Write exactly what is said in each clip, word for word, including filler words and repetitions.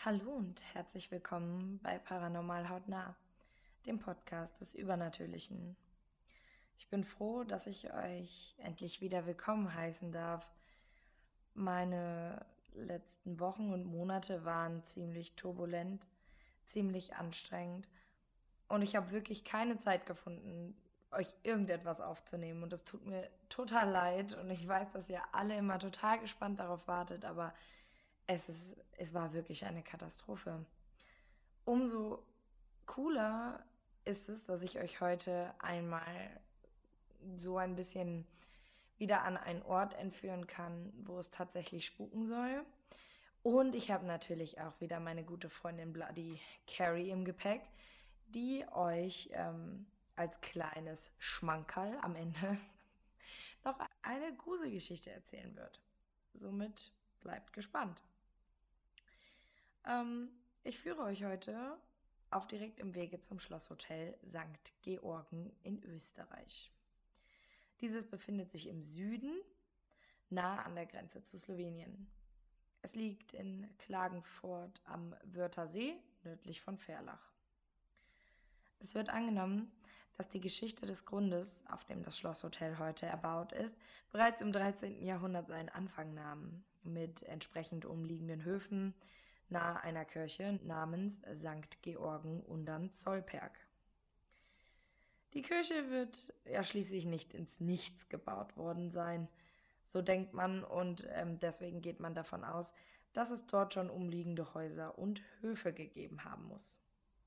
Hallo und herzlich willkommen bei Paranormal hautnah, dem Podcast des Übernatürlichen. Ich bin froh, dass ich euch endlich wieder willkommen heißen darf. Meine letzten Wochen und Monate waren ziemlich turbulent, ziemlich anstrengend und ich habe wirklich keine Zeit gefunden, euch irgendetwas aufzunehmen und es tut mir total leid und ich weiß, dass ihr alle immer total gespannt darauf wartet, aber es ist, es war wirklich eine Katastrophe. Umso cooler ist es, dass ich euch heute einmal so ein bisschen wieder an einen Ort entführen kann, wo es tatsächlich spuken soll. Und ich habe natürlich auch wieder meine gute Freundin Bloody Carrie im Gepäck, die euch ähm, als kleines Schmankerl am Ende noch eine Gruselgeschichte erzählen wird. Somit bleibt gespannt. Ähm, ich führe euch heute auf direktem Wege zum Schlosshotel Sankt Georgen in Österreich. Dieses befindet sich im Süden, nah an der Grenze zu Slowenien. Es liegt in Klagenfurt am Wörthersee, nördlich von Verlach. Es wird angenommen, dass die Geschichte des Grundes, auf dem das Schlosshotel heute erbaut ist, bereits im dreizehnten Jahrhundert seinen Anfang nahm, mit entsprechend umliegenden Höfen nahe einer Kirche namens Sankt Georgen untern Zollberg. Die Kirche wird ja schließlich nicht ins Nichts gebaut worden sein, so denkt man, und ähm, deswegen geht man davon aus, dass es dort schon umliegende Häuser und Höfe gegeben haben muss.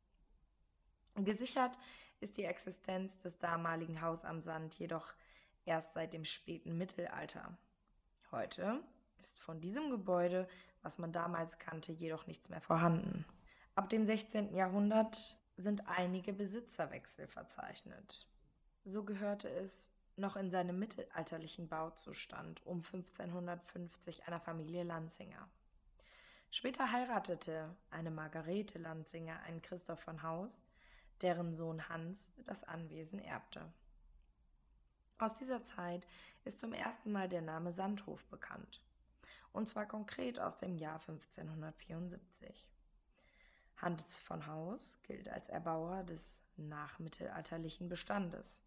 Gesichert ist die Existenz des damaligen Haus am Sand jedoch erst seit dem späten Mittelalter. Heute ist von diesem Gebäude, was man damals kannte, jedoch nichts mehr vorhanden. Ab dem sechzehnten Jahrhundert sind einige Besitzerwechsel verzeichnet. So gehörte es noch in seinem mittelalterlichen Bauzustand um fünfzehnhundertfünfzig einer Familie Lanzinger. Später heiratete eine Margarete Lanzinger einen Christoph von Haus, deren Sohn Hans das Anwesen erbte. Aus dieser Zeit ist zum ersten Mal der Name Sandhof bekannt, und zwar konkret aus dem Jahr fünfzehnhundertvierundsiebzig. Hans von Haus gilt als Erbauer des nachmittelalterlichen Bestandes.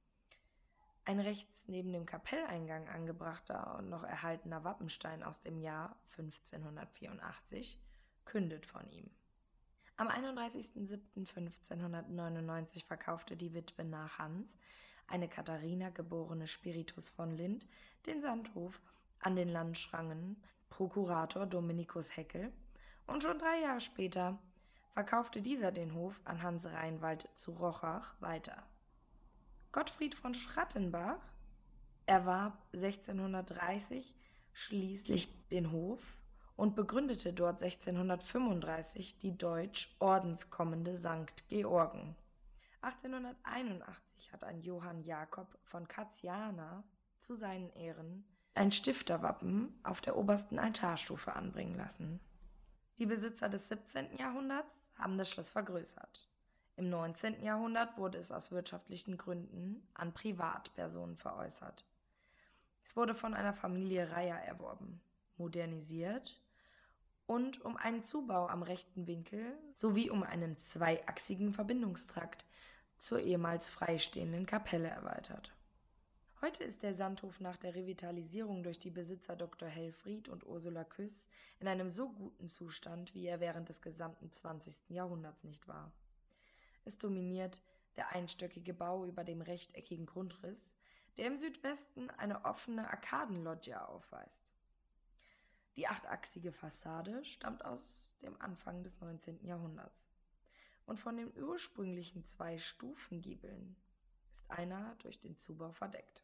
Ein rechts neben dem Kapelleingang angebrachter und noch erhaltener Wappenstein aus dem Jahr fünfzehnhundertvierundachtzig kündet von ihm. Am einunddreißigsten siebten fünfzehnhundertneunundneunzig verkaufte die Witwe nach Hans, eine Katharina geborene Spiritus von Lind, den Sandhof an den Landschrangen Prokurator Dominikus Heckel, und schon drei Jahre später verkaufte dieser den Hof an Hans Reinwald zu Rochach weiter. Gottfried von Schrattenbach erwarb sechzehnhundertdreißig schließlich den Hof und begründete dort sechzehnhundertfünfunddreißig die deutsch-ordenskommende Sankt Georgen. achtzehnhunderteinundachtzig hat ein Johann Jakob von Katziana zu seinen Ehren ein Stifterwappen auf der obersten Altarstufe anbringen lassen. Die Besitzer des siebzehnten Jahrhunderts haben das Schloss vergrößert. Im neunzehnten Jahrhundert wurde es aus wirtschaftlichen Gründen an Privatpersonen veräußert. Es wurde von einer Familie Reyer erworben, modernisiert und um einen Zubau am rechten Winkel sowie um einen zweiachsigen Verbindungstrakt zur ehemals freistehenden Kapelle erweitert. Heute ist der Sandhof nach der Revitalisierung durch die Besitzer Doktor Helfried und Ursula Küss in einem so guten Zustand, wie er während des gesamten zwanzigsten Jahrhunderts nicht war. Es dominiert der einstöckige Bau über dem rechteckigen Grundriss, der im Südwesten eine offene Arkadenloggia aufweist. Die achtachsige Fassade stammt aus dem Anfang des neunzehnten Jahrhunderts. Und von den ursprünglichen zwei Stufengiebeln ist einer durch den Zubau verdeckt.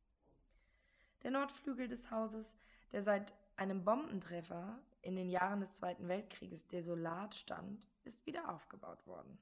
Der Nordflügel des Hauses, der seit einem Bombentreffer in den Jahren des Zweiten Weltkrieges desolat stand, ist wieder aufgebaut worden.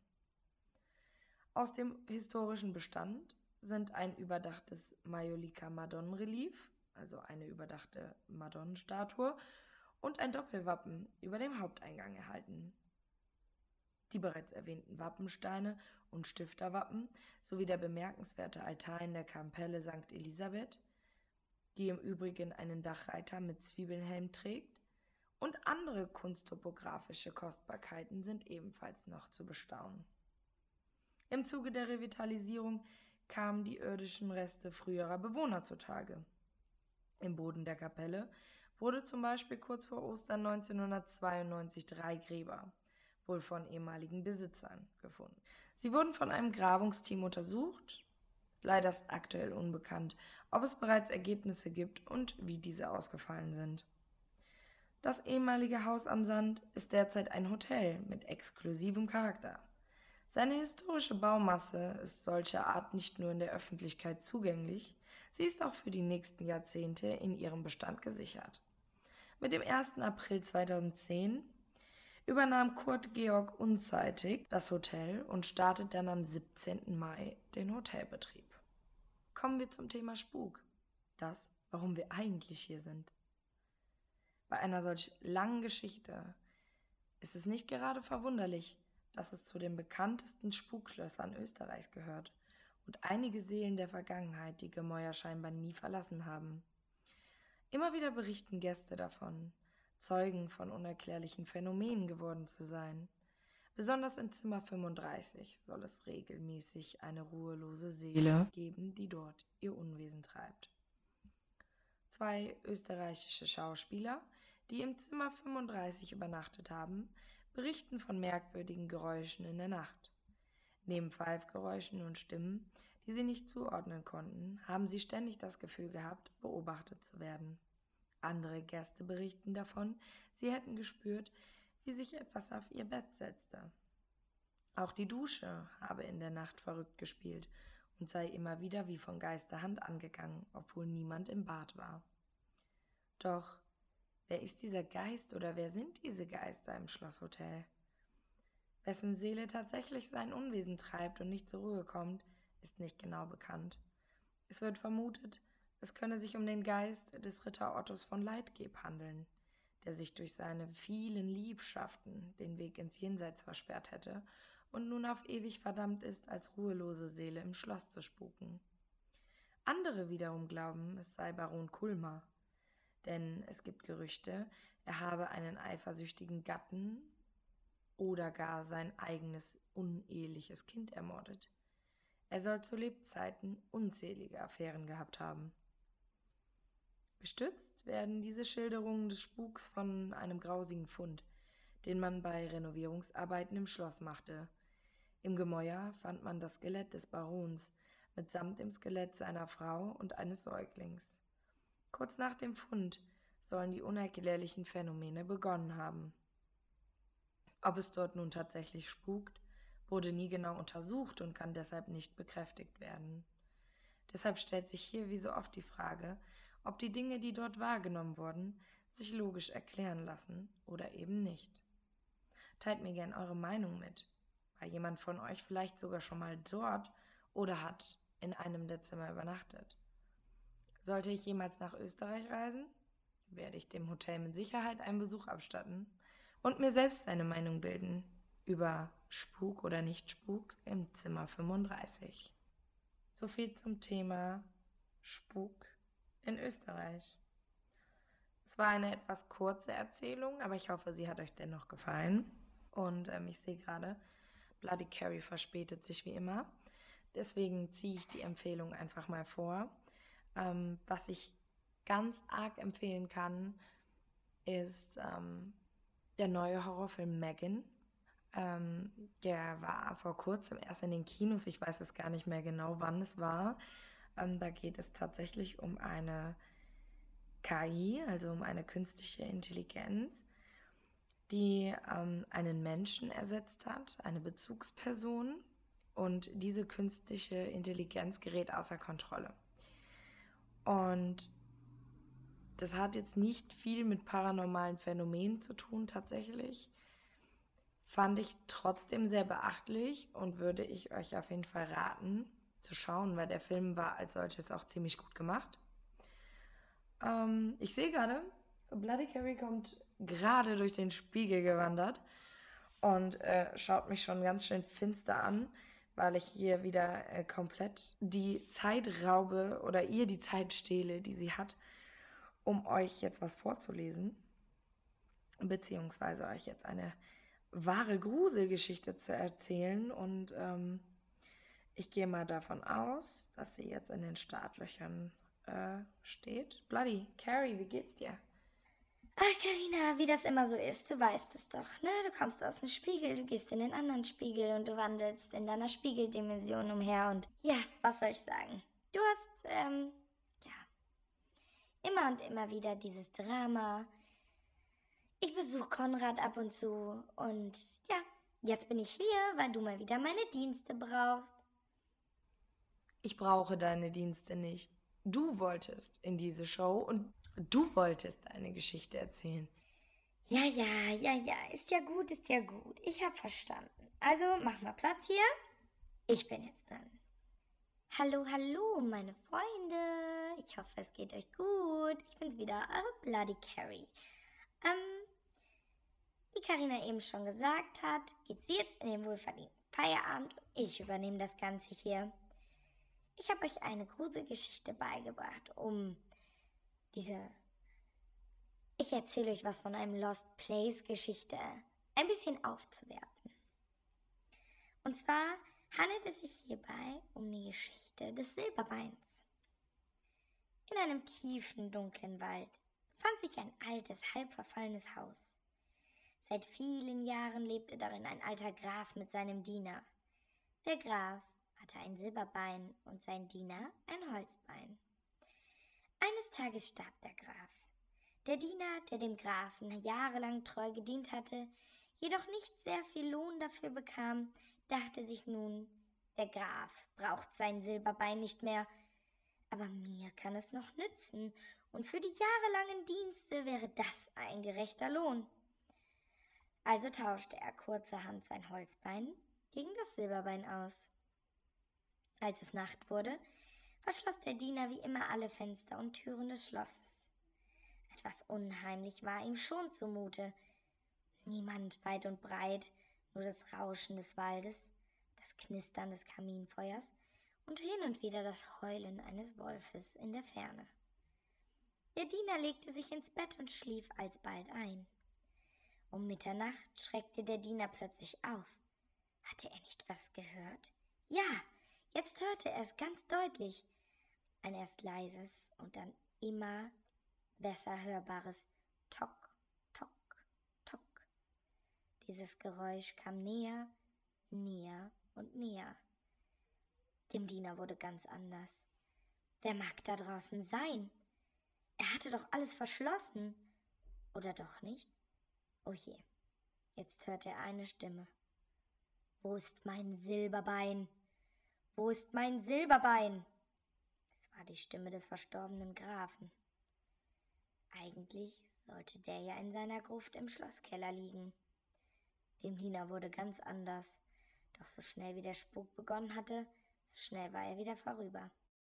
Aus dem historischen Bestand sind ein überdachtes Majolika-Madonnenrelief, also eine überdachte Madonnenstatue, und ein Doppelwappen über dem Haupteingang erhalten. Die bereits erwähnten Wappensteine und Stifterwappen sowie der bemerkenswerte Altar in der Kapelle Sankt Elisabeth, die im Übrigen einen Dachreiter mit Zwiebelnhelm trägt, Und andere kunsttopografische Kostbarkeiten sind ebenfalls noch zu bestaunen. Im Zuge der Revitalisierung kamen die irdischen Reste früherer Bewohner zutage. Im Boden der Kapelle wurde zum Beispiel kurz vor Ostern neunzehnhundertzweiundneunzig drei Gräber, wohl von ehemaligen Besitzern, gefunden. Sie wurden von einem Grabungsteam untersucht. Leider ist aktuell unbekannt, ob es bereits Ergebnisse gibt und wie diese ausgefallen sind. Das ehemalige Haus am Sand ist derzeit ein Hotel mit exklusivem Charakter. Seine historische Baumasse ist solcher Art nicht nur in der Öffentlichkeit zugänglich, sie ist auch für die nächsten Jahrzehnte in ihrem Bestand gesichert. Mit dem ersten April zweitausendzehn übernahm Kurt Georg Unzeitig das Hotel und startet dann am siebzehnten Mai den Hotelbetrieb. Kommen wir zum Thema Spuk. Das, warum wir eigentlich hier sind. Bei einer solch langen Geschichte ist es nicht gerade verwunderlich, dass es zu den bekanntesten Spukschlössern Österreichs gehört und einige Seelen der Vergangenheit die Gemäuer scheinbar nie verlassen haben. Immer wieder berichten Gäste davon, Zeugen von unerklärlichen Phänomenen geworden zu sein. Besonders in Zimmer fünfunddreißig soll es regelmäßig eine ruhelose Seele geben, die dort ihr Unwesen treibt. Zwei österreichische Schauspieler, die im Zimmer fünfunddreißig übernachtet haben, berichten von merkwürdigen Geräuschen in der Nacht. Neben Pfeifgeräuschen und Stimmen, die sie nicht zuordnen konnten, haben sie ständig das Gefühl gehabt, beobachtet zu werden. Andere Gäste berichten davon, sie hätten gespürt, wie sich etwas auf ihr Bett setzte. Auch die Dusche habe in der Nacht verrückt gespielt und sei immer wieder wie von Geisterhand angegangen, obwohl niemand im Bad war. Doch wer ist dieser Geist oder wer sind diese Geister im Schlosshotel? Wessen Seele tatsächlich sein Unwesen treibt und nicht zur Ruhe kommt, ist nicht genau bekannt. Es wird vermutet, es könne sich um den Geist des Ritter Ottos von Leitgeb handeln, der sich durch seine vielen Liebschaften den Weg ins Jenseits versperrt hätte und nun auf ewig verdammt ist, als ruhelose Seele im Schloss zu spuken. Andere wiederum glauben, es sei Baron Kulmer, denn es gibt Gerüchte, er habe einen eifersüchtigen Gatten oder gar sein eigenes uneheliches Kind ermordet. Er soll zu Lebzeiten unzählige Affären gehabt haben. Gestützt werden diese Schilderungen des Spuks von einem grausigen Fund, den man bei Renovierungsarbeiten im Schloss machte. Im Gemäuer fand man das Skelett des Barons mitsamt dem Skelett seiner Frau und eines Säuglings. Kurz nach dem Fund sollen die unerklärlichen Phänomene begonnen haben. Ob es dort nun tatsächlich spukt, wurde nie genau untersucht und kann deshalb nicht bekräftigt werden. Deshalb stellt sich hier wie so oft die Frage, ob die Dinge, die dort wahrgenommen wurden, sich logisch erklären lassen oder eben nicht. Teilt mir gern eure Meinung mit. War jemand von euch vielleicht sogar schon mal dort oder hat in einem der Zimmer übernachtet? Sollte ich jemals nach Österreich reisen, werde ich dem Hotel mit Sicherheit einen Besuch abstatten und mir selbst eine Meinung bilden über Spuk oder Nicht-Spuk im Zimmer fünfunddreißig. Soviel zum Thema Spuk in Österreich. Es war eine etwas kurze Erzählung, aber ich hoffe, sie hat euch dennoch gefallen. Und ähm, ich sehe gerade, Bloody Carrie verspätet sich wie immer. Deswegen ziehe ich die Empfehlung einfach mal vor. Ähm, was ich ganz arg empfehlen kann, ist ähm, der neue Horrorfilm Megan. Ähm, der war vor kurzem erst in den Kinos. Ich weiß es gar nicht mehr genau, wann es war. Ähm, da geht es tatsächlich um eine K I, also um eine künstliche Intelligenz, die ähm, einen Menschen ersetzt hat, eine Bezugsperson. Und diese künstliche Intelligenz gerät außer Kontrolle. Und das hat jetzt nicht viel mit paranormalen Phänomenen zu tun tatsächlich. Fand ich trotzdem sehr beachtlich und würde ich euch auf jeden Fall raten zu schauen, weil der Film war als solches auch ziemlich gut gemacht. Ähm, ich sehe gerade, Bloody Carrie kommt gerade durch den Spiegel gewandert und äh, schaut mich schon ganz schön finster an, weil ich hier wieder äh, komplett die Zeit raube oder ihr die Zeit stehle, die sie hat, um euch jetzt was vorzulesen. beziehungsweise euch jetzt eine wahre Gruselgeschichte zu erzählen. Und ähm, ich gehe mal davon aus, dass sie jetzt in den Startlöchern äh, steht. Bloody, Carrie, wie geht's dir? Ach, Carina, wie das immer so ist, du weißt es doch, ne? Du kommst aus dem Spiegel, du gehst in den anderen Spiegel und du wandelst in deiner Spiegeldimension umher und ja, was soll ich sagen? Du hast, ähm, ja, immer und immer wieder dieses Drama. Ich besuche Konrad ab und zu und ja, jetzt bin ich hier, weil du mal wieder meine Dienste brauchst. Ich brauche deine Dienste nicht. Du wolltest in diese Show und du wolltest eine Geschichte erzählen. Ja, ja, ja, ja, ist ja gut, ist ja gut. Ich hab verstanden. Also, mach mal Platz hier. Ich bin jetzt dran. Hallo, hallo, meine Freunde. Ich hoffe, es geht euch gut. Ich bin's wieder, eure Bloody Carrie. Ähm, wie Carina eben schon gesagt hat, geht sie jetzt in den wohlverdienten Feierabend und ich übernehme das Ganze hier. Ich habe euch eine Gruselgeschichte beigebracht, um diese... Ich erzähle euch was von einem Lost Place Geschichte ein bisschen aufzuwerten. Und zwar handelt es sich hierbei um die Geschichte des Silberbeins. In einem tiefen, dunklen Wald befand sich ein altes, halb verfallenes Haus. Seit vielen Jahren lebte darin ein alter Graf mit seinem Diener. Der Graf hatte ein Silberbein und sein Diener ein Holzbein. Eines Tages starb der Graf. Der Diener, der dem Grafen jahrelang treu gedient hatte, jedoch nicht sehr viel Lohn dafür bekam, dachte sich nun, der Graf braucht sein Silberbein nicht mehr, aber mir kann es noch nützen, und für die jahrelangen Dienste wäre das ein gerechter Lohn. Also tauschte er kurzerhand sein Holzbein gegen das Silberbein aus. Als es Nacht wurde, verschloss der Diener wie immer alle Fenster und Türen des Schlosses. Etwas unheimlich war ihm schon zumute. Niemand weit und breit, nur das Rauschen des Waldes, das Knistern des Kaminfeuers und hin und wieder das Heulen eines Wolfes in der Ferne. Der Diener legte sich ins Bett und schlief alsbald ein. Um Mitternacht schreckte der Diener plötzlich auf. Hatte er nicht was gehört? Ja, jetzt hörte er es ganz deutlich. Ein erst leises und dann immer besser hörbares Tock, Tock, Tock. Dieses Geräusch kam näher, näher und näher. Dem Diener wurde ganz anders. Wer mag da draußen sein? Er hatte doch alles verschlossen. Oder doch nicht? Oh je, jetzt hörte er eine Stimme. Wo ist mein Silberbein? Wo ist mein Silberbein? Es war die Stimme des verstorbenen Grafen. Eigentlich sollte der ja in seiner Gruft im Schlosskeller liegen. Dem Diener wurde ganz anders, doch so schnell wie der Spuk begonnen hatte, so schnell war er wieder vorüber.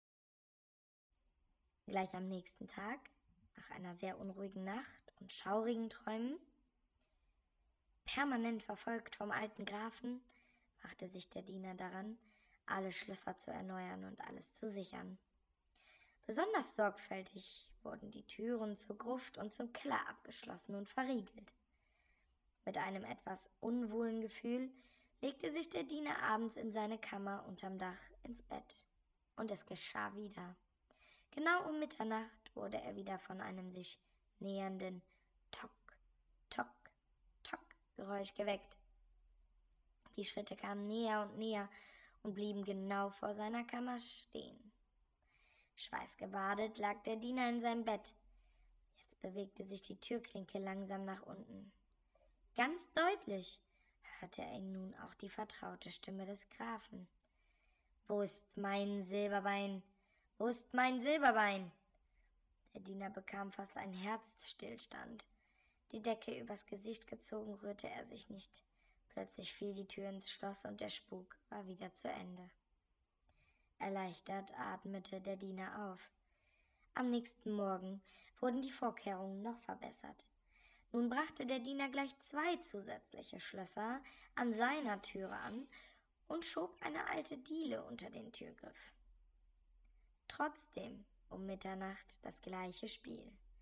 Gleich am nächsten Tag, nach einer sehr unruhigen Nacht und schaurigen Träumen, permanent verfolgt vom alten Grafen, machte sich der Diener daran, alle Schlösser zu erneuern und alles zu sichern. Besonders sorgfältig wurden die Türen zur Gruft und zum Keller abgeschlossen und verriegelt. Mit einem etwas unwohlen Gefühl legte sich der Diener abends in seine Kammer unterm Dach ins Bett. Und es geschah wieder. Genau um Mitternacht wurde er wieder von einem sich nähernden Tock, Tock, Tock Geräusch geweckt. Die Schritte kamen näher und näher und blieben genau vor seiner Kammer stehen. Schweißgebadet lag der Diener in seinem Bett. Jetzt bewegte sich die Türklinke langsam nach unten. Ganz deutlich hörte er nun auch die vertraute Stimme des Grafen. »Wo ist mein Silberbein? Wo ist mein Silberbein?« Der Diener bekam fast einen Herzstillstand. Die Decke übers Gesicht gezogen, rührte er sich nicht. Plötzlich fiel die Tür ins Schloss und der Spuk war wieder zu Ende. Erleichtert atmete der Diener auf. Am nächsten Morgen wurden die Vorkehrungen noch verbessert. Nun brachte der Diener gleich zwei zusätzliche Schlösser an seiner Türe an und schob eine alte Diele unter den Türgriff. Trotzdem um Mitternacht das gleiche Spiel.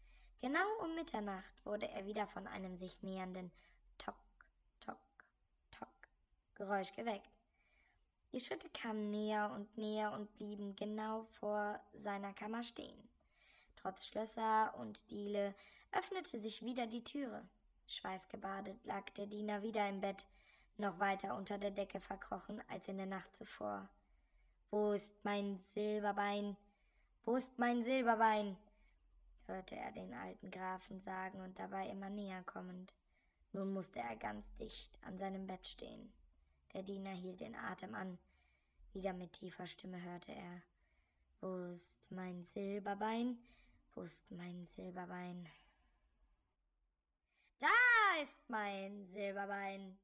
Genau um Mitternacht wurde er wieder von einem sich nähernden Tok, Tok, Tok Geräusch geweckt. Die Schritte kamen näher und näher und blieben genau vor seiner Kammer stehen. Trotz Schlösser und Diele öffnete sich wieder die Türe. Schweißgebadet lag der Diener wieder im Bett, noch weiter unter der Decke verkrochen als in der Nacht zuvor. »Wo ist mein Silberbein? Wo ist mein Silberbein?« hörte er den alten Grafen sagen und dabei immer näher kommend. Nun musste er ganz dicht an seinem Bett stehen. Der Diener hielt den Atem an. Wieder mit tiefer Stimme hörte er: »Wo ist mein Silberbein? Wo ist mein Silberbein?« »Da ist mein Silberbein!«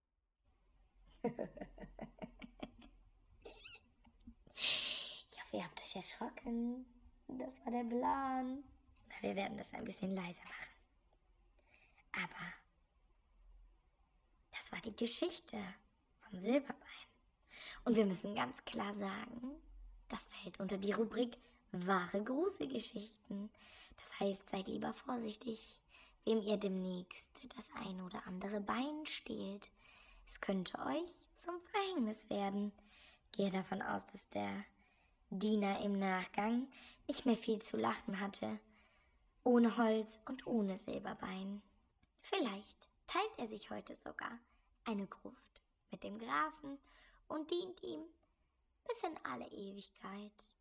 Ich hoffe, ihr habt euch erschrocken. Das war der Plan. Na, wir werden das ein bisschen leiser machen. Aber das war die Geschichte vom Silberbein. Und wir müssen ganz klar sagen, das fällt unter die Rubrik wahre Gruselgeschichten. Das heißt, seid lieber vorsichtig, wem ihr demnächst das ein oder andere Bein stehlt. Es könnte euch zum Verhängnis werden. Gehe davon aus, dass der Diener im Nachgang nicht mehr viel zu lachen hatte, ohne Holz und ohne Silberbein. Vielleicht teilt er sich heute sogar eine Gruft mit dem Grafen und dient ihm bis in alle Ewigkeit.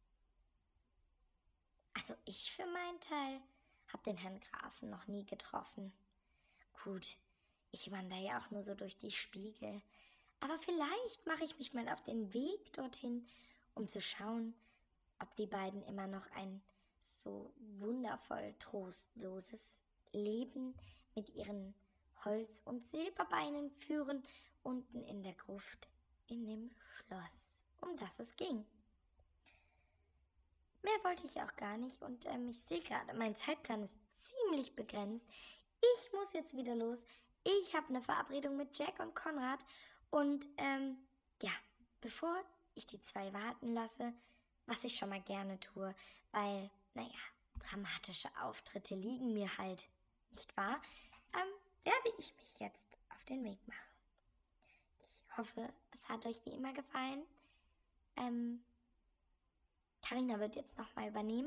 Also ich für meinen Teil habe den Herrn Grafen noch nie getroffen. Gut, ich wandere ja auch nur so durch die Spiegel, aber vielleicht mache ich mich mal auf den Weg dorthin, um zu schauen, ob die beiden immer noch ein so wundervoll trostloses Leben mit ihren Holz- und Silberbeinen führen, unten in der Gruft in dem Schloss, um das es ging. Mehr wollte ich auch gar nicht und ähm, ich sehe gerade, mein Zeitplan ist ziemlich begrenzt. Ich muss jetzt wieder los. Ich habe eine Verabredung mit Jack und Konrad und ähm, ja, bevor ich die zwei warten lasse, was ich schon mal gerne tue, weil, naja, dramatische Auftritte liegen mir halt, nicht wahr? Ähm, werde ich mich jetzt auf den Weg machen. Ich hoffe, es hat euch wie immer gefallen. Ähm, Carina wird jetzt nochmal übernehmen.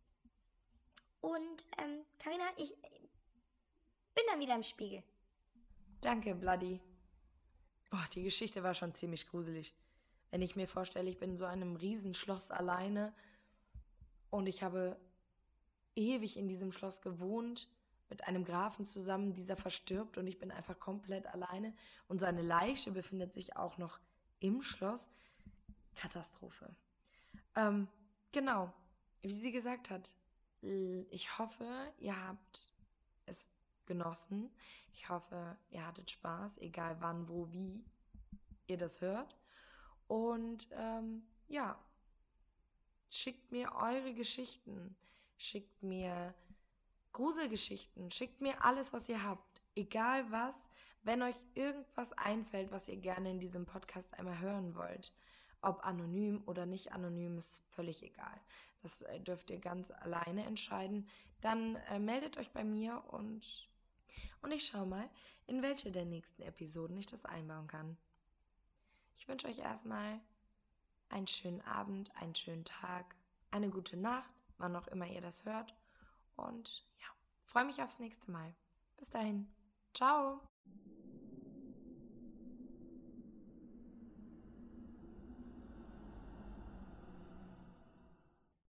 Und, ähm, Carina, ich bin dann wieder im Spiegel. Danke, Bloody. Boah, die Geschichte war schon ziemlich gruselig. Wenn ich mir vorstelle, ich bin in so einem Riesenschloss alleine und ich habe ewig in diesem Schloss gewohnt, mit einem Grafen zusammen, dieser verstirbt und ich bin einfach komplett alleine und seine Leiche befindet sich auch noch im Schloss. Katastrophe. Ähm, genau, wie sie gesagt hat, ich hoffe, ihr habt es genossen. Ich hoffe, ihr hattet Spaß, egal wann, wo, wie ihr das hört. Und ähm, ja, schickt mir eure Geschichten, schickt mir Gruselgeschichten, schickt mir alles, was ihr habt, egal was, wenn euch irgendwas einfällt, was ihr gerne in diesem Podcast einmal hören wollt. Ob anonym oder nicht anonym, ist völlig egal. Das äh, dürft ihr ganz alleine entscheiden. Dann äh, meldet euch bei mir und, und ich schaue mal, in welche der nächsten Episoden ich das einbauen kann. Ich wünsche euch erstmal einen schönen Abend, einen schönen Tag, eine gute Nacht, wann auch immer ihr das hört. Und ja, freue mich aufs nächste Mal. Bis dahin. Ciao.